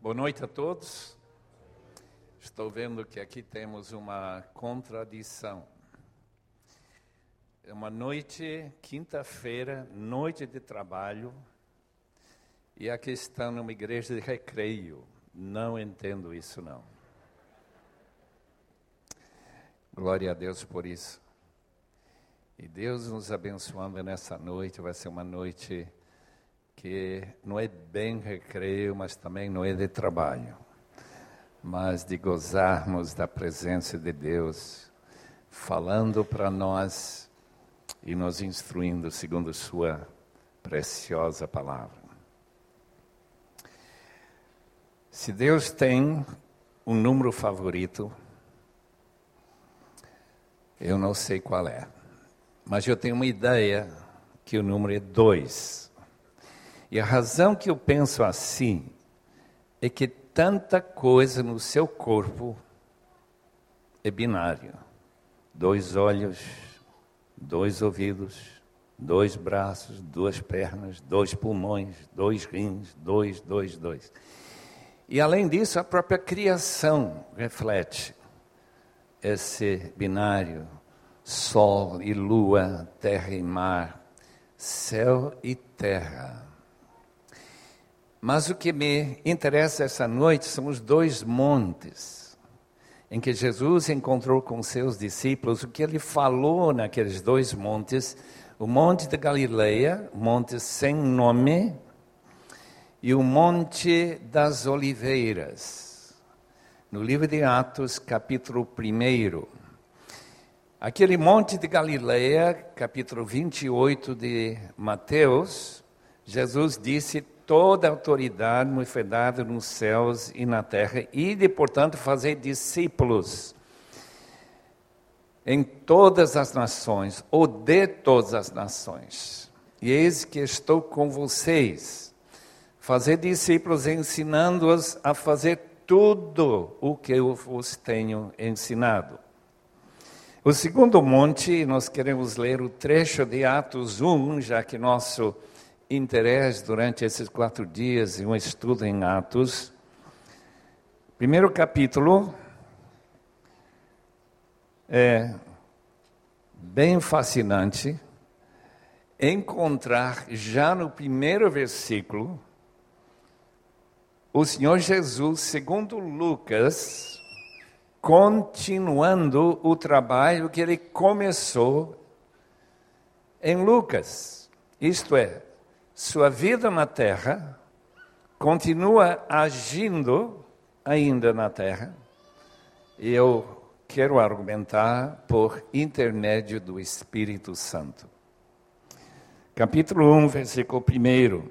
Boa noite a todos. Estou vendo que aqui temos uma contradição. É uma noite, quinta-feira, noite de trabalho, e aqui está numa igreja de recreio. Não entendo isso, não. Glória a Deus por isso. E Deus nos abençoando nessa noite, vai ser uma noite que não é bem recreio, mas também não é de trabalho, mas de gozarmos da presença de Deus, falando para nós e nos instruindo segundo sua preciosa palavra. Se Deus tem um número favorito, eu não sei qual é, mas eu tenho uma ideia que o número é 2. E a razão que eu penso assim é que tanta coisa no seu corpo é binário. 2 olhos, 2 ouvidos, 2 braços, 2 pernas, 2 pulmões, 2 rins, 2. E além disso, a própria criação reflete esse binário, sol e lua, terra e mar, céu e terra. Mas o que me interessa essa noite são os 2 montes em que Jesus encontrou com seus discípulos. O que ele falou naqueles 2 montes, o Monte de Galileia, monte sem nome, e o Monte das Oliveiras. No livro de Atos, capítulo 1. Aquele Monte de Galileia, capítulo 28 de Mateus, Jesus disse: toda autoridade me foi dada nos céus e na terra, e de, portanto, fazer discípulos em todas as nações, ou de todas as nações. E eis que estou com vocês, fazer discípulos, ensinando-os a fazer tudo o que eu vos tenho ensinado. O segundo monte, nós queremos ler o trecho de Atos 1, já que nosso interesse durante esses 4 dias em um estudo em Atos. Primeiro capítulo é bem fascinante encontrar já no primeiro versículo o Senhor Jesus, segundo Lucas, continuando o trabalho que ele começou em Lucas. Isto é, sua vida na terra continua agindo ainda na terra, e eu quero argumentar por intermédio do Espírito Santo. Capítulo 1, versículo 1.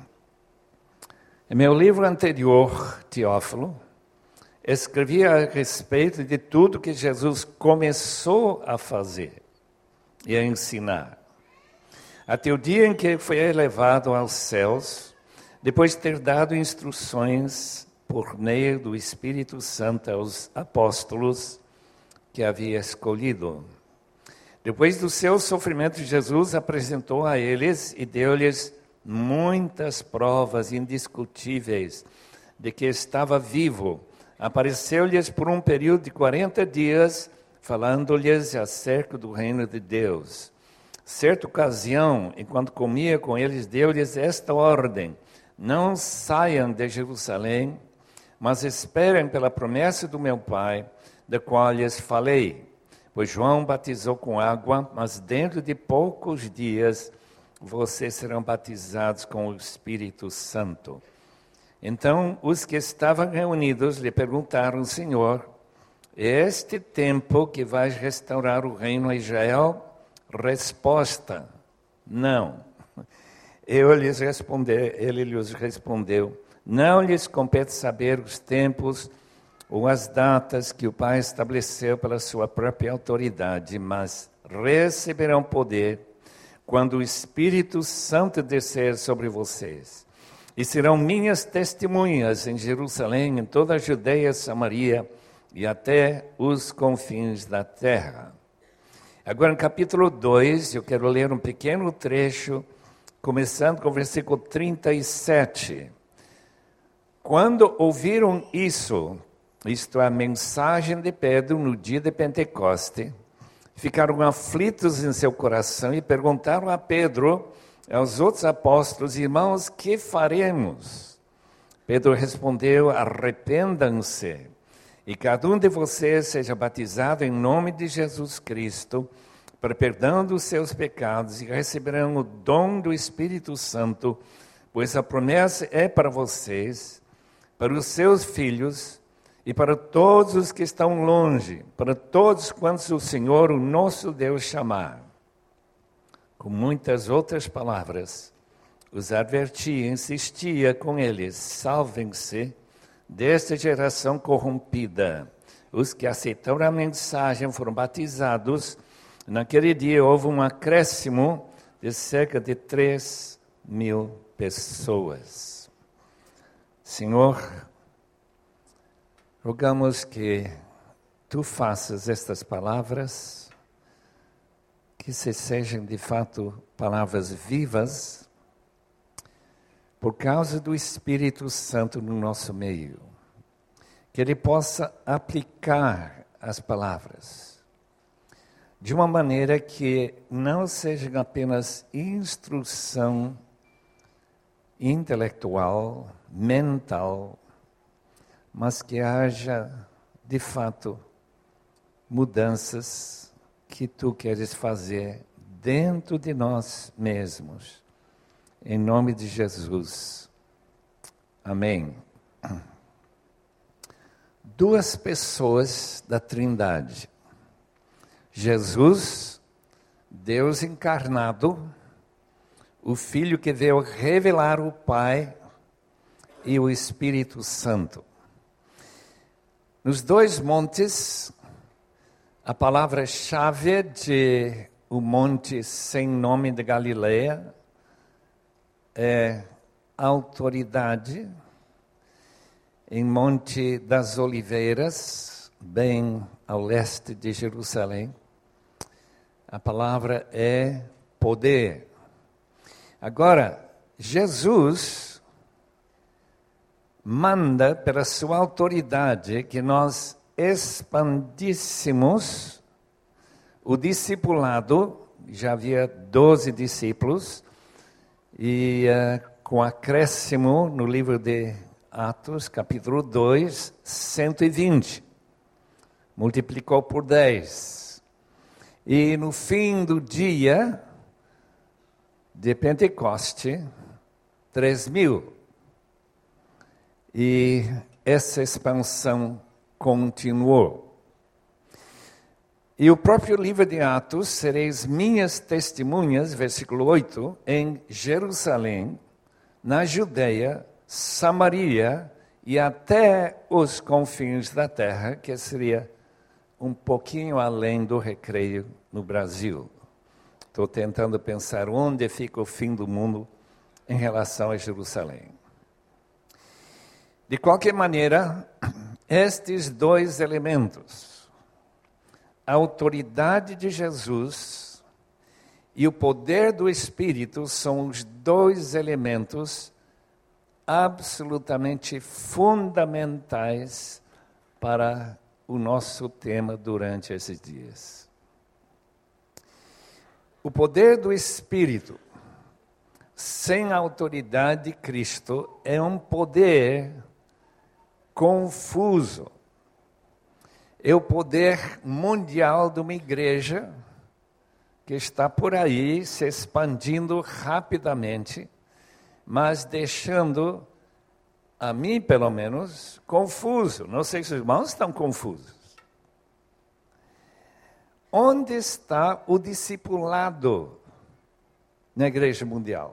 Em meu livro anterior, Teófilo, escrevi a respeito de tudo que Jesus começou a fazer e a ensinar, até o dia em que foi elevado aos céus, depois de ter dado instruções por meio do Espírito Santo aos apóstolos que havia escolhido. Depois do seu sofrimento, Jesus apresentou a eles e deu-lhes muitas provas indiscutíveis de que estava vivo. Apareceu-lhes por um período de 40 dias, falando-lhes acerca do reino de Deus. Certa ocasião, enquanto comia com eles, deu-lhes esta ordem: não saiam de Jerusalém, mas esperem pela promessa do meu Pai, da qual lhes falei. Pois João batizou com água, mas dentro de poucos dias vocês serão batizados com o Espírito Santo. Então, os que estavam reunidos lhe perguntaram: Senhor, é este tempo que vais restaurar o reino a Israel? Resposta: não. Ele lhes respondeu: não lhes compete saber os tempos ou as datas que o Pai estabeleceu pela sua própria autoridade, mas receberão poder quando o Espírito Santo descer sobre vocês. E serão minhas testemunhas em Jerusalém, em toda a Judeia, Samaria e até os confins da terra. Agora, no capítulo 2, eu quero ler um pequeno trecho, começando com o versículo 37. Quando ouviram isso, isto é, a mensagem de Pedro no dia de Pentecoste, ficaram aflitos em seu coração e perguntaram a Pedro e aos outros apóstolos: irmãos, que faremos? Pedro respondeu: arrependam-se e cada um de vocês seja batizado em nome de Jesus Cristo para perdão dos seus pecados e receberão o dom do Espírito Santo, pois a promessa é para vocês, para os seus filhos e para todos os que estão longe, para todos quantos o Senhor, o nosso Deus, chamar. Com muitas outras palavras, os advertia e insistia com eles: salvem-se desta geração corrompida. Os que aceitaram a mensagem foram batizados. Naquele dia houve um acréscimo de cerca de 3.000 pessoas. Senhor, rogamos que Tu faças estas palavras, que se sejam de fato palavras vivas, por causa do Espírito Santo no nosso meio. Que Ele possa aplicar as palavras de uma maneira que não seja apenas instrução intelectual, mental, mas que haja, de fato, mudanças que Tu queres fazer dentro de nós mesmos. Em nome de Jesus. Amém. Duas pessoas da Trindade. Jesus, Deus encarnado, o Filho que veio revelar o Pai e o Espírito Santo. Nos dois montes, a palavra-chave de o monte sem nome de Galileia é autoridade. Em Monte das Oliveiras, bem ao leste de Jerusalém, a palavra é poder. Agora, Jesus manda pela sua autoridade que nós expandíssemos o discipulado. Já havia 12 discípulos, e com acréscimo no livro de Atos, capítulo 2, 120. Multiplicou por 10. E no fim do dia de Pentecoste, 3.000. E essa expansão continuou. E o próprio livro de Atos: sereis minhas testemunhas, versículo 8, em Jerusalém, na Judeia, Samaria e até os confins da terra, que seria um pouquinho além do Recreio no Brasil. Estou tentando pensar onde fica o fim do mundo em relação a Jerusalém. De qualquer maneira, estes dois elementos, a autoridade de Jesus e o poder do Espírito, são os dois elementos absolutamente fundamentais para o nosso tema durante esses dias. O poder do Espírito sem a autoridade de Cristo é um poder confuso. É o poder mundial de uma igreja que está por aí se expandindo rapidamente, mas deixando, a mim pelo menos, confuso. Não sei se os irmãos estão confusos. Onde está o discipulado na igreja mundial?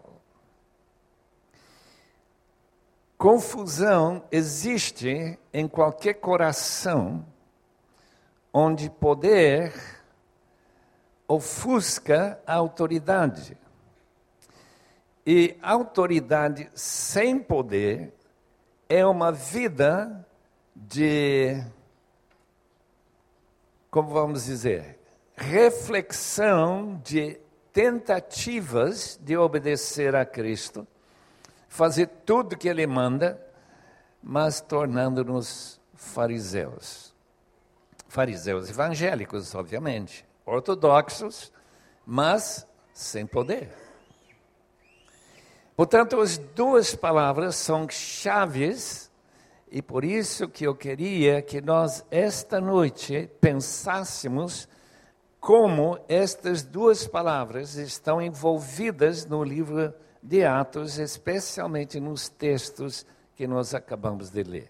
Confusão existe em qualquer coração onde poder ofusca a autoridade. E autoridade sem poder é uma vida de, como vamos dizer, reflexão de tentativas de obedecer a Cristo, fazer tudo que Ele manda, mas tornando-nos fariseus. Fariseus evangélicos, obviamente, ortodoxos, mas sem poder. Portanto, as duas palavras são chaves, e por isso que eu queria que nós, esta noite, pensássemos como estas duas palavras estão envolvidas no livro de Atos, especialmente nos textos que nós acabamos de ler.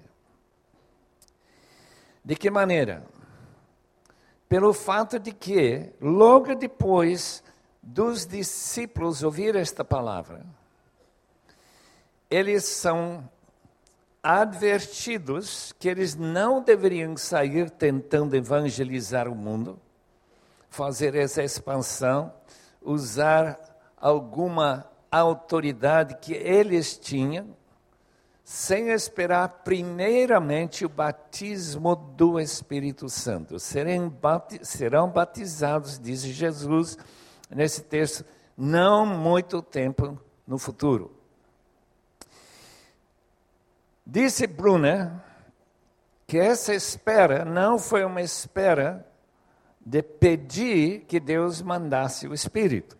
De que maneira? Pelo fato de que, logo depois dos discípulos ouvir esta palavra, eles são advertidos que eles não deveriam sair tentando evangelizar o mundo, fazer essa expansão, usar alguma autoridade que eles tinham, sem esperar primeiramente o batismo do Espírito Santo. Serão batizados, diz Jesus nesse texto, não muito tempo no futuro. Disse Brunner que essa espera não foi uma espera de pedir que Deus mandasse o Espírito.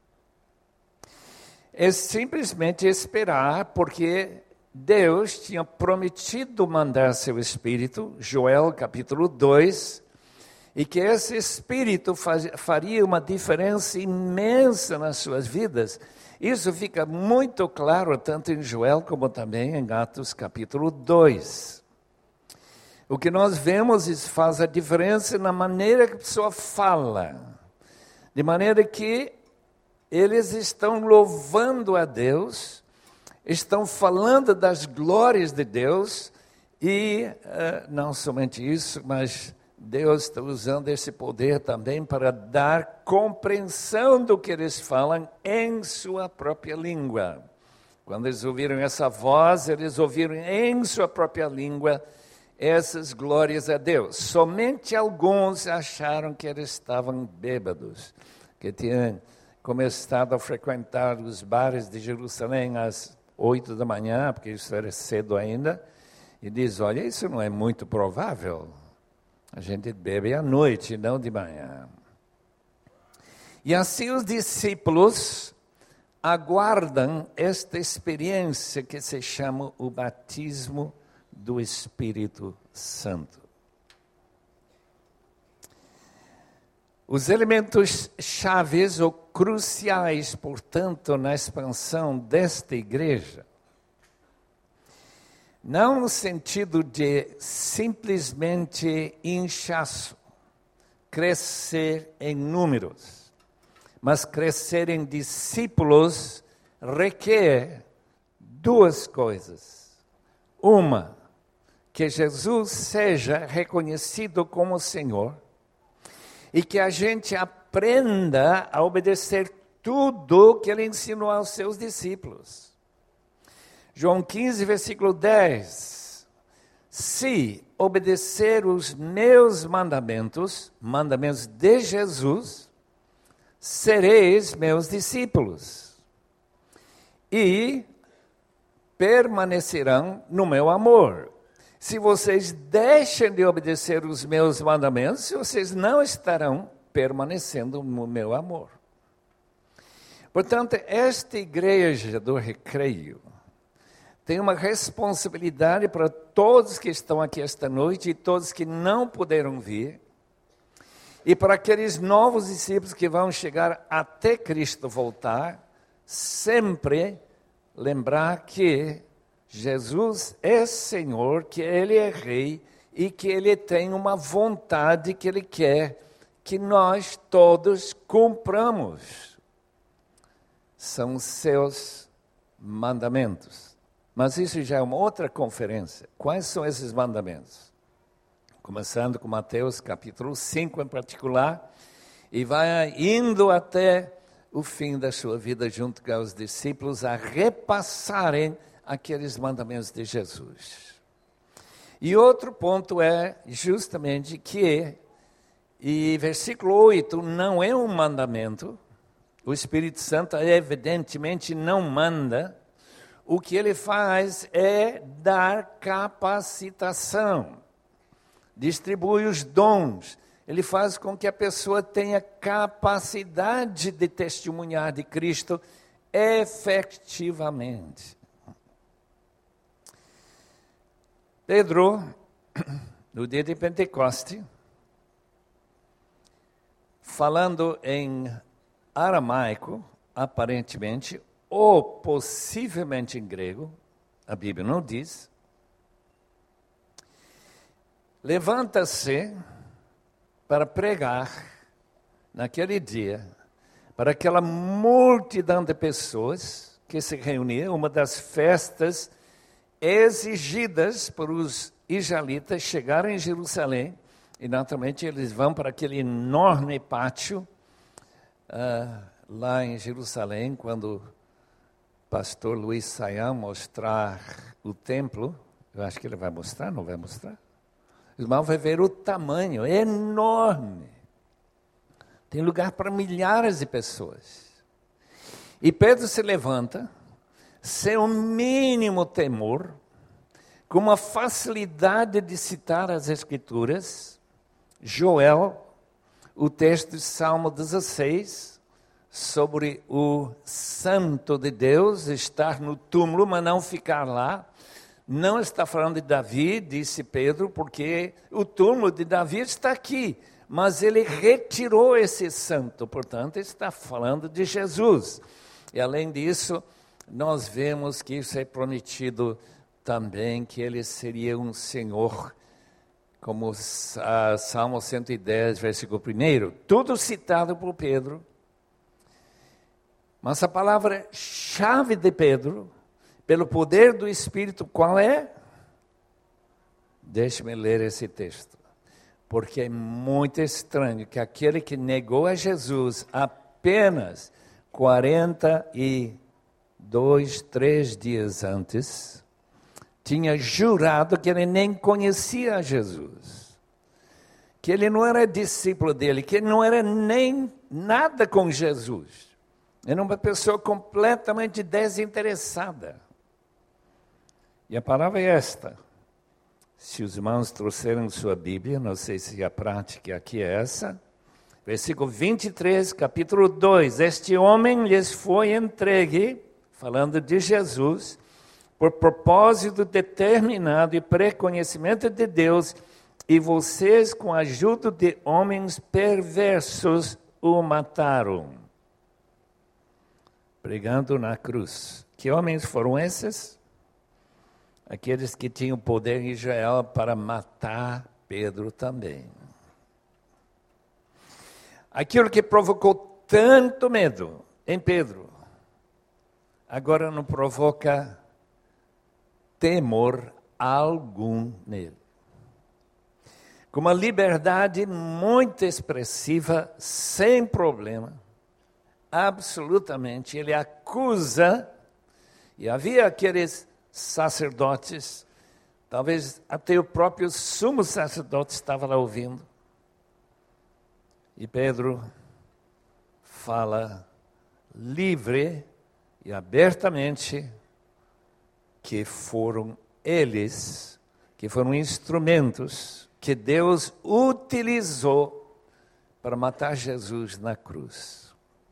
É simplesmente esperar, porque Deus tinha prometido mandar seu Espírito, Joel capítulo 2, e que esse Espírito faria uma diferença imensa nas suas vidas. Isso fica muito claro tanto em Joel como também em Atos capítulo 2. O que nós vemos, isso faz a diferença na maneira que a pessoa fala, de maneira que eles estão louvando a Deus, estão falando das glórias de Deus, e não somente isso, mas Deus está usando esse poder também para dar compreensão do que eles falam em sua própria língua. Quando eles ouviram essa voz, eles ouviram em sua própria língua essas glórias a Deus. Somente alguns acharam que eles estavam bêbados, que tinham começado a frequentar os bares de Jerusalém às 8 da manhã, porque isso era cedo ainda, e diz, olha, isso não é muito provável. A gente bebe à noite, não de manhã. E assim os discípulos aguardam esta experiência que se chama o batismo do Espírito Santo. Os elementos chaves ou cruciais, portanto, na expansão desta igreja, não no sentido de simplesmente inchaço, crescer em números, mas crescer em discípulos requer duas coisas. Uma, que Jesus seja reconhecido como Senhor e que a gente aprenda a obedecer tudo que Ele ensinou aos seus discípulos. João 15, versículo 10. Se obedecer os meus mandamentos, mandamentos de Jesus, sereis meus discípulos e permanecerão no meu amor. Se vocês deixam de obedecer os meus mandamentos, vocês não estarão permanecendo no meu amor. Portanto, esta igreja do Recreio tem uma responsabilidade para todos que estão aqui esta noite e todos que não puderam vir, e para aqueles novos discípulos que vão chegar até Cristo voltar, sempre lembrar que Jesus é Senhor, que Ele é Rei e que Ele tem uma vontade que Ele quer que nós todos cumpramos. São os seus mandamentos. Mas isso já é uma outra conferência. Quais são esses mandamentos? Começando com Mateus capítulo 5 em particular, e vai indo até o fim da sua vida junto com os discípulos a repassarem aqueles mandamentos de Jesus. E outro ponto é justamente que, e versículo 8 não é um mandamento, o Espírito Santo evidentemente não manda. o que ele faz é dar capacitação, distribui os dons. Ele faz com que a pessoa tenha capacidade de testemunhar de Cristo efetivamente. Pedro, no dia de Pentecoste, falando em aramaico, aparentemente, ou possivelmente em grego, a Bíblia não diz, levanta-se para pregar naquele dia, para aquela multidão de pessoas que se reunia, uma das festas exigidas por os israelitas chegarem em Jerusalém, e naturalmente eles vão para aquele enorme pátio lá em Jerusalém, quando o pastor Luiz Saião mostrar o templo. Eu acho que ele vai mostrar, não vai mostrar? O irmão vai ver o tamanho, é enorme. Tem lugar para milhares de pessoas. E Pedro se levanta, sem o mínimo temor, com uma facilidade de citar as Escrituras, Joel, o texto de Salmo 16, sobre o santo de Deus estar no túmulo, mas não ficar lá. Não está falando de Davi, disse Pedro, porque o túmulo de Davi está aqui, mas ele retirou esse santo, portanto, está falando de Jesus. E além disso, nós vemos que isso é prometido também, que ele seria um Senhor, como Salmo 110, versículo 1, tudo citado por Pedro. Mas a palavra-chave de Pedro, pelo poder do Espírito, qual é? Deixe-me ler esse texto, porque é muito estranho que aquele que negou a Jesus apenas 3 dias antes, tinha jurado que ele nem conhecia Jesus, que ele não era discípulo dele, que ele não era nem nada com Jesus. Era uma pessoa completamente desinteressada. E a palavra é esta. Se os irmãos trouxeram sua Bíblia, não sei se a prática aqui é essa. Versículo 23, capítulo 2. Este homem lhes foi entregue, falando de Jesus, por propósito determinado e pré-conhecimento de Deus, e vocês, com a ajuda de homens perversos, o mataram, pregando na cruz. Que homens foram esses? Aqueles que tinham poder em Israel para matar Pedro também. Aquilo que provocou tanto medo em Pedro, agora não provoca temor algum nele. Com uma liberdade muito expressiva, sem problema, absolutamente, ele acusa, e havia aqueles sacerdotes, talvez até o próprio sumo sacerdote estava lá ouvindo. E Pedro fala livre e abertamente que foram eles, que foram instrumentos que Deus utilizou para matar Jesus na cruz.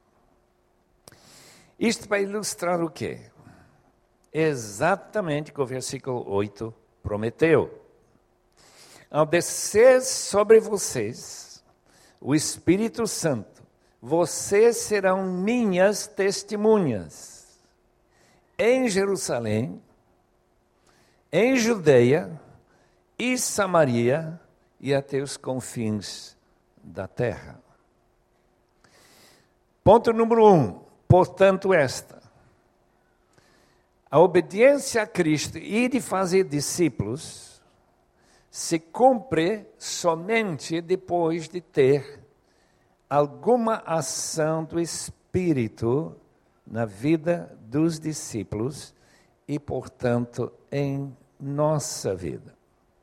Isto para ilustrar o quê? Exatamente o que o versículo 8 prometeu. Ao descer sobre vocês o Espírito Santo, vocês serão minhas testemunhas em Jerusalém, em Judeia e Samaria e até os confins da terra. Ponto número 1. Portanto, a obediência a Cristo e de fazer discípulos se cumpre somente depois de ter alguma ação do Espírito na vida dos discípulos e, portanto, em nossa vida.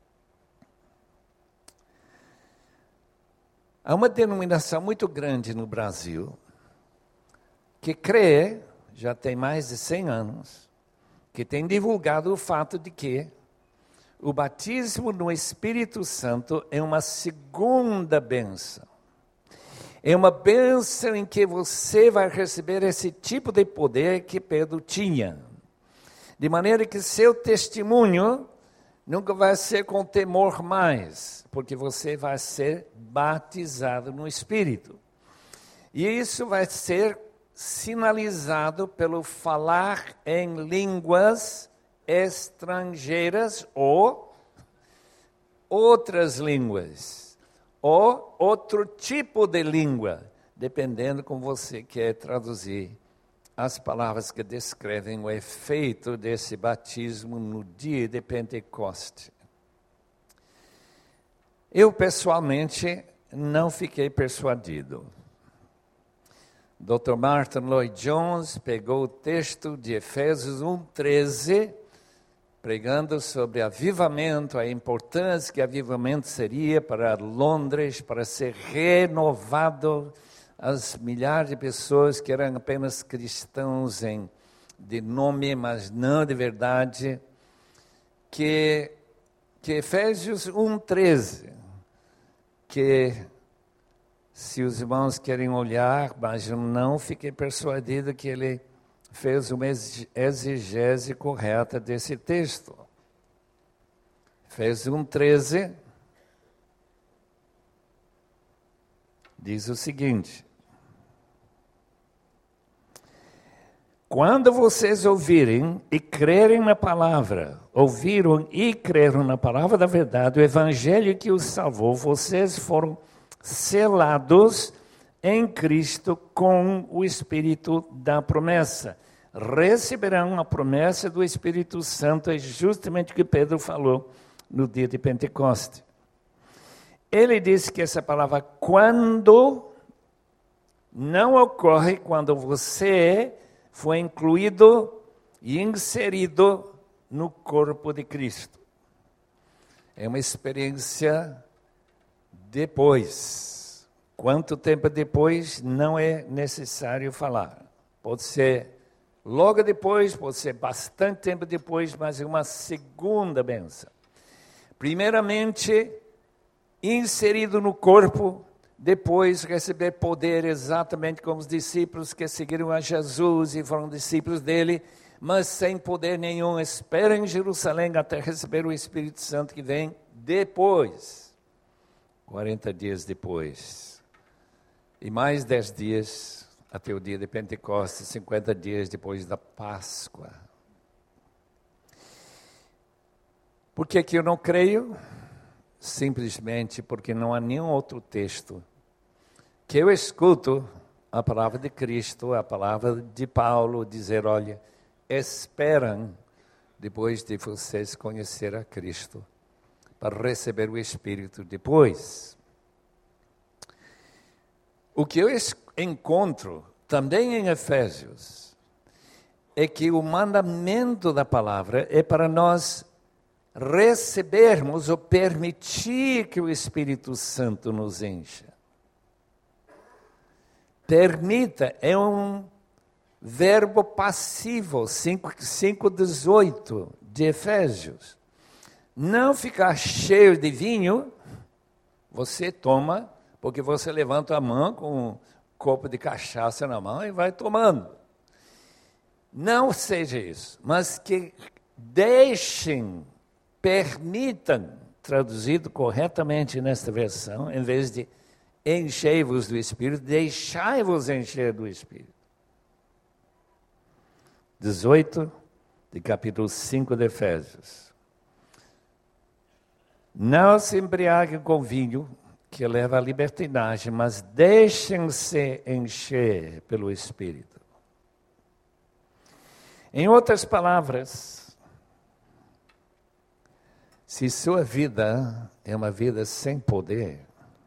Há uma denominação muito grande no Brasil que crê, já tem mais de 100 anos, que tem divulgado o fato de que o batismo no Espírito Santo é uma segunda bênção. É uma bênção em que você vai receber esse tipo de poder que Pedro tinha. De maneira que seu testemunho nunca vai ser com temor mais, porque você vai ser batizado no Espírito. E isso vai ser sinalizado pelo falar em línguas estrangeiras ou outras línguas, ou outro tipo de língua, dependendo como você quer traduzir as palavras que descrevem o efeito desse batismo no dia de Pentecoste. Eu, pessoalmente, não fiquei persuadido. Dr. Martin Lloyd-Jones pegou o texto de Efésios 1:13, pregando sobre avivamento, a importância que avivamento seria para Londres, para ser renovado as milhares de pessoas que eram apenas cristãos de nome, mas não de verdade, que Efésios 1:13, que se os irmãos querem olhar, mas eu não fiquei persuadido que ele fez uma exegese correta desse texto. Efésios 1:13 diz o seguinte: quando vocês ouvirem e crerem na palavra, ouviram e creram na palavra da verdade, o evangelho que os salvou, vocês foram selados em Cristo com o Espírito da promessa. Receberão a promessa do Espírito Santo, é justamente o que Pedro falou no dia de Pentecoste. Ele disse que essa palavra quando não ocorre quando você foi incluído e inserido no corpo de Cristo. É uma experiência depois. Quanto tempo depois não é necessário falar. Pode ser logo depois, pode ser bastante tempo depois, mas é uma segunda bênção. Primeiramente, inserido no corpo, depois receber poder exatamente como os discípulos que seguiram a Jesus e foram discípulos dele, mas sem poder nenhum. Espera em Jerusalém até receber o Espírito Santo que vem depois. 40 dias depois. E mais 10 dias até o dia de Pentecostes, 50 dias depois da Páscoa. Por que eu não creio? Simplesmente porque não há nenhum outro texto que eu escuto a palavra de Cristo, a palavra de Paulo, dizer, olha, esperam depois de vocês conhecer a Cristo, para receber o Espírito depois. O que eu encontro também em Efésios é que o mandamento da palavra é para nós recebermos ou permitir que o Espírito Santo nos encha. Permita é um verbo passivo, 5:18 de Efésios. Não ficar cheio de vinho, você toma, porque você levanta a mão com um copo de cachaça na mão e vai tomando. Não seja isso, mas que deixem, permitam, traduzido corretamente nesta versão, em vez de enchei-vos do Espírito, deixai-vos encher do Espírito. 18 de capítulo 5 de Efésios. Não se embriaguem com vinho, que leva à libertinagem, mas deixem-se encher pelo Espírito. Em outras palavras, se sua vida é uma vida sem poder,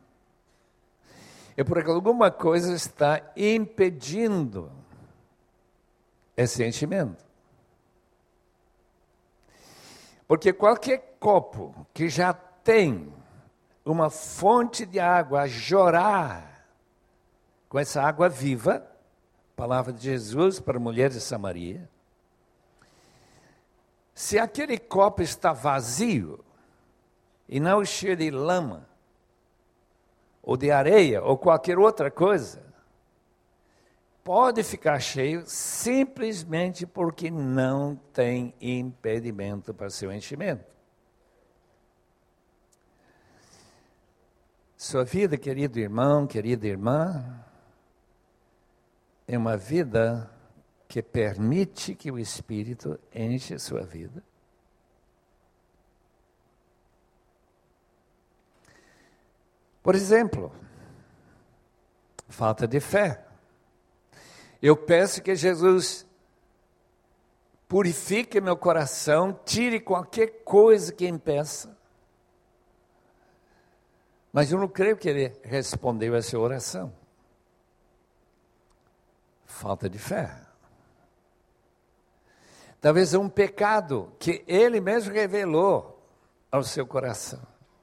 é porque alguma coisa está impedindo esse enchimento. Porque qualquer copo que já tem uma fonte de água a jorrar, com essa água viva, palavra de Jesus para a mulher de Samaria, Se aquele copo está vazio e não cheio de lama, ou de areia, ou qualquer outra coisa, pode ficar cheio simplesmente porque não tem impedimento para seu enchimento. Sua vida, querido irmão, querida irmã, é uma vida que permite que o Espírito enche a sua vida. Por exemplo, falta de fé. Eu peço que Jesus purifique meu coração, tire qualquer coisa que impeça. Mas eu não creio que ele respondeu essa oração. Falta de fé. Talvez um pecado que ele mesmo revelou ao seu coração.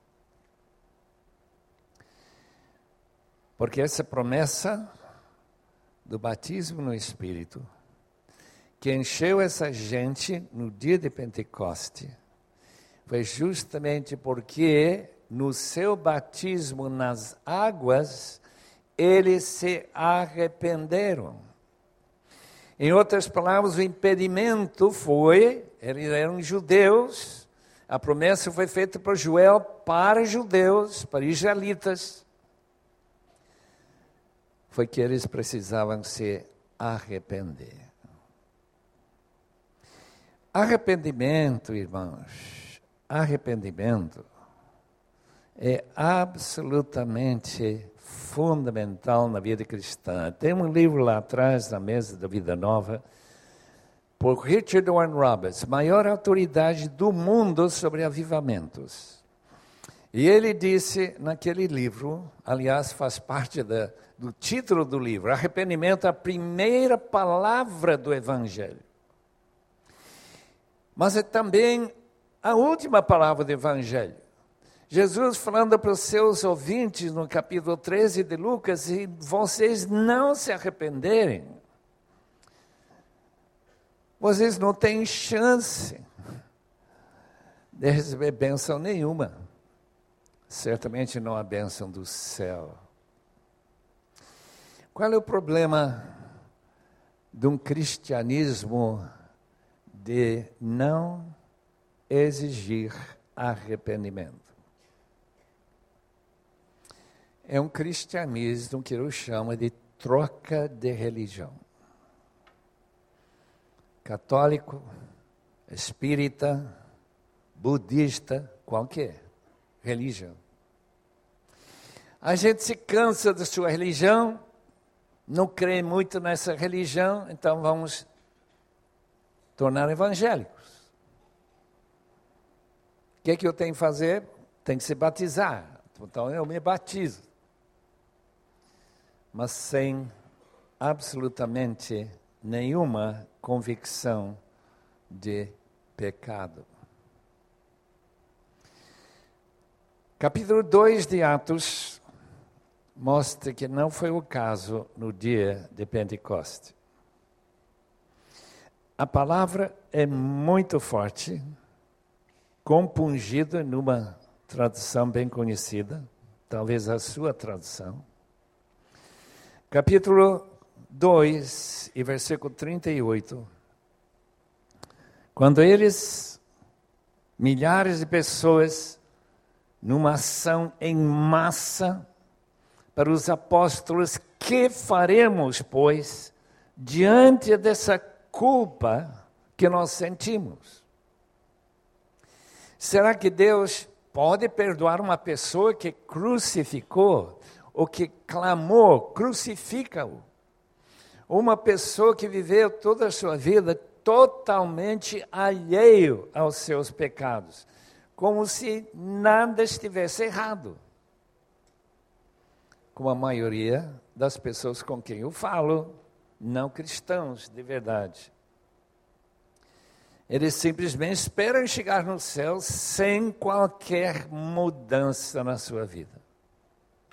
Porque essa promessa do batismo no Espírito, que encheu essa gente no dia de Pentecoste, foi justamente porque no seu batismo nas águas, eles se arrependeram. Em outras palavras, o impedimento foi, eles eram judeus, a promessa foi feita por Joel para judeus, para israelitas, foi que eles precisavam se arrepender. Arrependimento, irmãos, arrependimento é absolutamente fundamental na vida cristã. Tem um livro lá atrás, na mesa da Vida Nova, por Richard Warren Roberts, maior autoridade do mundo sobre avivamentos. E ele disse naquele livro, aliás, faz parte do título do livro, arrependimento é a primeira palavra do Evangelho. Mas é também a última palavra do Evangelho. Jesus falando para os seus ouvintes no capítulo 13 de Lucas, se vocês não se arrependerem, vocês não têm chance de receber bênção nenhuma. Certamente não a bênção do céu. Qual é o problema de um cristianismo de não exigir arrependimento? É um cristianismo que eu chamo de troca de religião. Católico, espírita, budista, qualquer religião. A gente se cansa da sua religião, não crê muito nessa religião, então vamos tornar evangélicos. O que é que eu tenho que fazer? Tenho que se batizar. Então eu me batizo. Mas sem absolutamente nenhuma convicção de pecado. Capítulo 2 de Atos mostra que não foi o caso no dia de Pentecoste. A palavra é muito forte, compungida numa tradução bem conhecida, talvez a sua tradução. Capítulo 2 e versículo 38. Quando eles, milhares de pessoas, numa ação em massa, para os apóstolos, que faremos, pois, diante dessa culpa que nós sentimos? Será que Deus pode perdoar uma pessoa que crucificou, ou que clamou, crucifica-o? Uma pessoa que viveu toda a sua vida totalmente alheio aos seus pecados, como se nada estivesse errado. Como a maioria das pessoas com quem eu falo, não cristãos de verdade. Eles simplesmente esperam chegar no céu sem qualquer mudança na sua vida.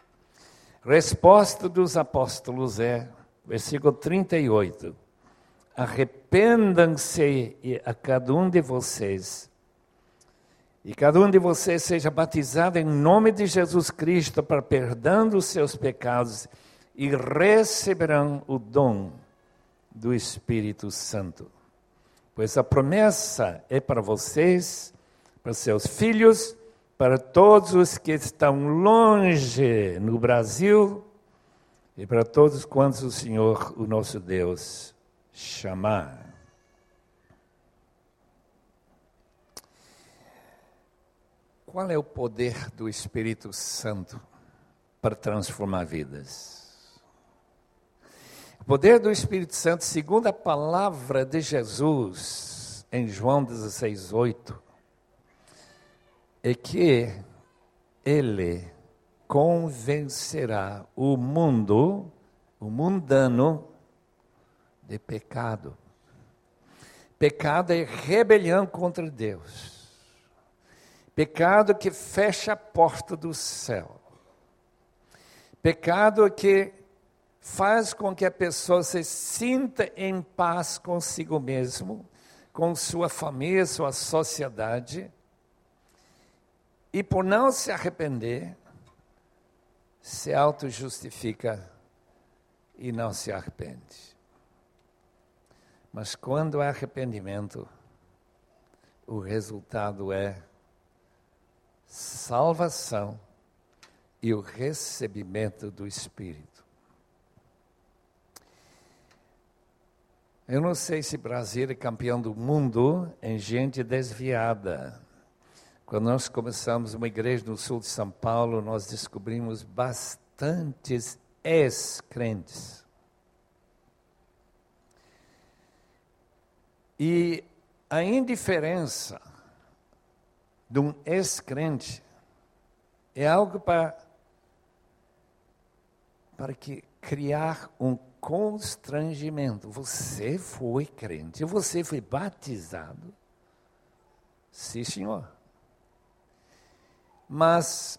Resposta dos apóstolos é, versículo 38, arrependam-se a cada um de vocês, e cada um de vocês seja batizado em nome de Jesus Cristo para perdão dos seus pecados, e receberão o dom do Espírito Santo. Pois a promessa é para vocês, para seus filhos, para todos os que estão longe no Brasil e para todos quantos o Senhor, o nosso Deus, chamar. Qual é o poder do Espírito Santo para transformar vidas? O poder do Espírito Santo, segundo a palavra de Jesus, em João 16:8, é que ele convencerá o mundo, o mundano, de pecado. Pecado é rebelião contra Deus. Pecado que fecha a porta do céu. Pecado que faz com que a pessoa se sinta em paz consigo mesmo, com sua família, sua sociedade, e por não se arrepender, se auto-justifica e não se arrepende. Mas quando há arrependimento, o resultado é salvação e o recebimento do Espírito. Eu não sei se Brasil é campeão do mundo em gente desviada. Quando nós começamos uma igreja no sul de São Paulo, nós descobrimos bastantes ex-crentes. E a indiferença de um ex-crente é algo para criar um constrangimento. Você foi crente, você foi batizado? Sim, senhor. Mas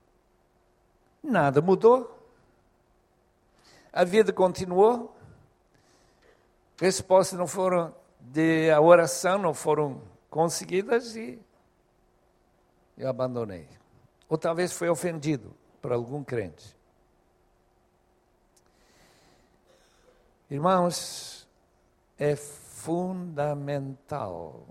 nada mudou. A vida continuou. Respostas não foram a oração não foram conseguidas e eu abandonei. Ou talvez foi ofendido por algum crente. Irmãos, é fundamental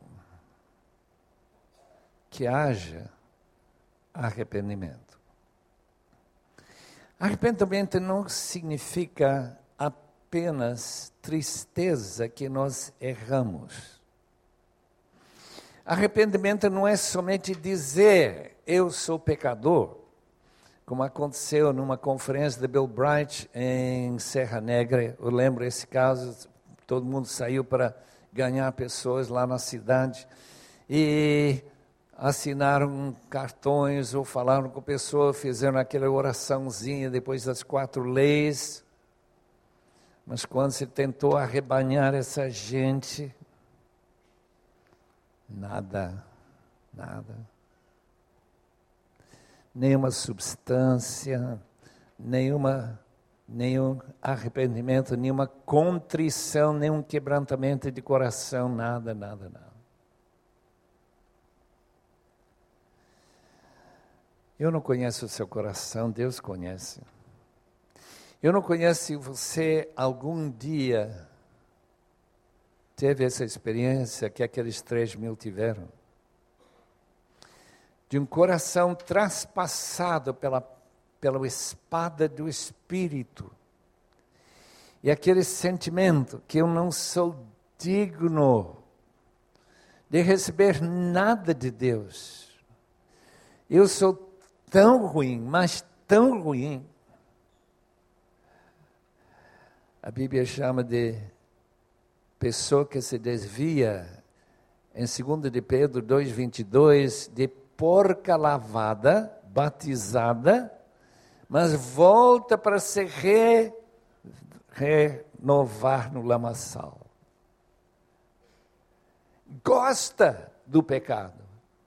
que haja arrependimento. Arrependimento não significa apenas tristeza que nós erramos. Arrependimento não é somente dizer, eu sou pecador, como aconteceu numa conferência de Bill Bright em Serra Negra. Eu lembro esse caso, todo mundo saiu para ganhar pessoas lá na cidade e assinaram cartões ou falaram com a pessoa, fizeram aquela oraçãozinha depois das 4 leis. Mas quando se tentou arrebanhar essa gente, nada. Nenhuma substância, nenhum arrependimento, nenhuma contrição, nenhum quebrantamento de coração, nada. Eu não conheço o seu coração, Deus conhece. Eu não conheço se você algum dia teve essa experiência que aqueles 3.000 tiveram. De um coração traspassado pela espada do Espírito. E aquele sentimento que eu não sou digno de receber nada de Deus. Eu sou tão ruim, mas tão ruim. A Bíblia chama de pessoa que se desvia, em 2 de Pedro 2:22, de porca lavada, batizada, mas volta para se renovar no lamaçal. Gosta do pecado.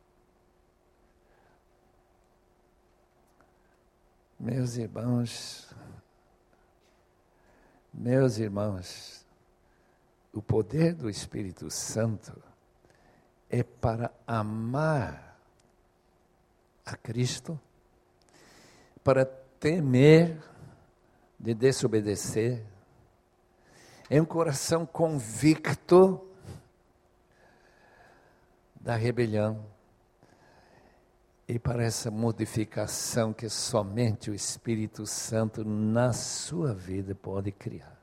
Meus irmãos, o poder do Espírito Santo é para amar a Cristo, para temer de desobedecer, é um coração convicto da rebelião e para essa modificação que somente o Espírito Santo na sua vida pode criar.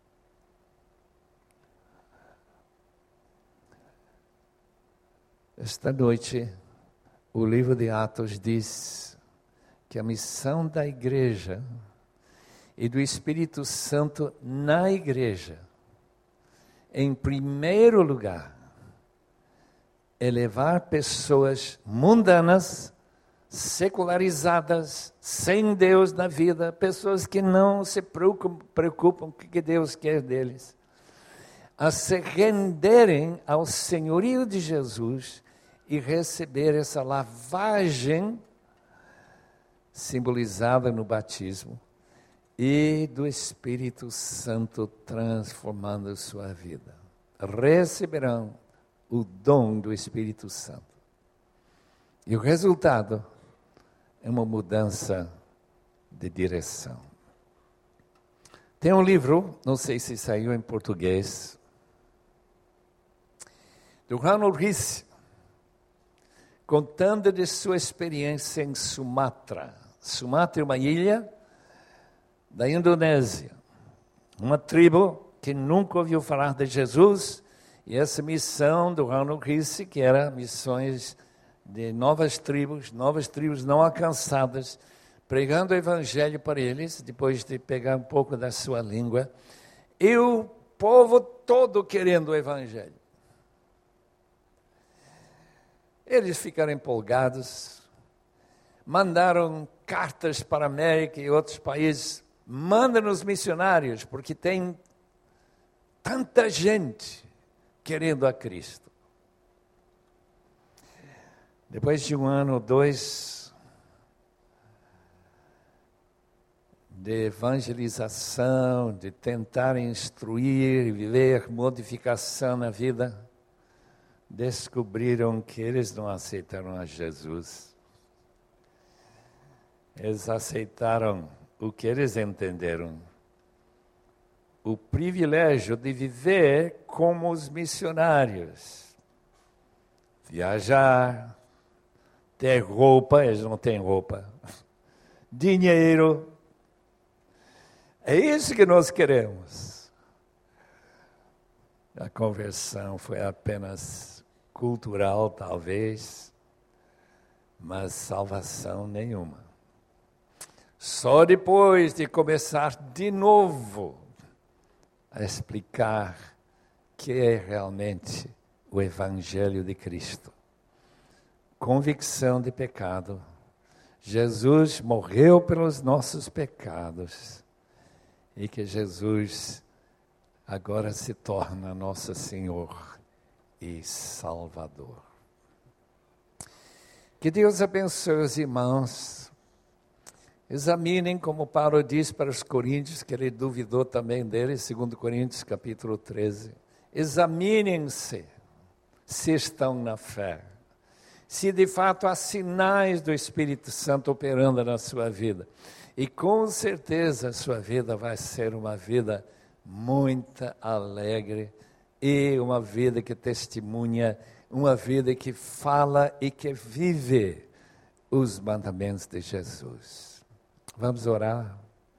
Esta noite, o livro de Atos diz que a missão da igreja e do Espírito Santo na igreja, em primeiro lugar, é levar pessoas mundanas, secularizadas, sem Deus na vida, pessoas que não se preocupam com o que Deus quer deles, a se renderem ao senhorio de Jesus e receber essa lavagem simbolizada no batismo e do Espírito Santo transformando sua vida. Receberão o dom do Espírito Santo. E o resultado é uma mudança de direção. Tem um livro, não sei se saiu em português, do Ronald Rice, contando de sua experiência em Sumatra. Sumatra é uma ilha da Indonésia, uma tribo que nunca ouviu falar de Jesus, e essa missão do Ronald Rice, que era missões de novas tribos não alcançadas, pregando o evangelho para eles, depois de pegar um pouco da sua língua, e o povo todo querendo o evangelho. Eles ficaram empolgados, mandaram cartas para a América e outros países, manda-nos missionários, porque tem tanta gente querendo a Cristo. Depois de um ano ou dois de evangelização, de tentar instruir e viver modificação na vida, descobriram que eles não aceitaram a Jesus. Eles aceitaram o que eles entenderam. O privilégio de viver como os missionários. Viajar, ter roupa, eles não têm roupa. Dinheiro. É isso que nós queremos. A conversão foi apenas cultural, talvez, mas salvação nenhuma. Só depois de começar de novo a explicar que é realmente o Evangelho de Cristo. Convicção de pecado. Jesus morreu pelos nossos pecados e que Jesus agora se torna nosso Senhor e Salvador. Que Deus abençoe os irmãos. Examinem, como Paulo diz para os coríntios, que ele duvidou também dele, 2 Coríntios capítulo 13. Examinem-se se estão na fé. Se de fato há sinais do Espírito Santo operando na sua vida. E com certeza a sua vida vai ser uma vida muito alegre e uma vida que testemunha, uma vida que fala e que vive os mandamentos de Jesus. Vamos orar.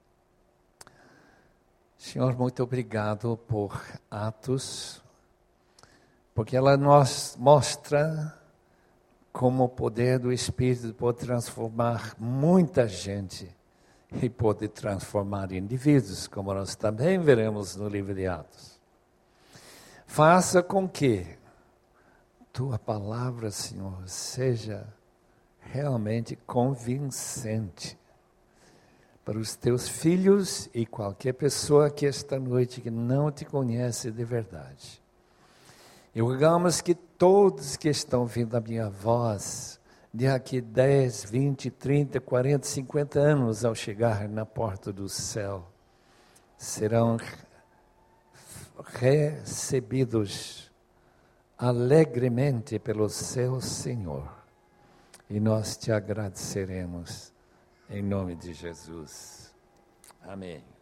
Senhor, muito obrigado por Atos, porque ela nos mostra como o poder do Espírito pode transformar muita gente e pode transformar indivíduos, como nós também veremos no livro de Atos. Faça com que tua palavra, Senhor, seja realmente convincente para os teus filhos e qualquer pessoa que esta noite que não te conhece de verdade. E rogamos que todos que estão ouvindo a minha voz, de aqui 10, 20, 30, 40, 50 anos ao chegar na porta do céu, serão recebidos alegremente pelo seu Senhor. E nós te agradeceremos em nome de Jesus. Amém.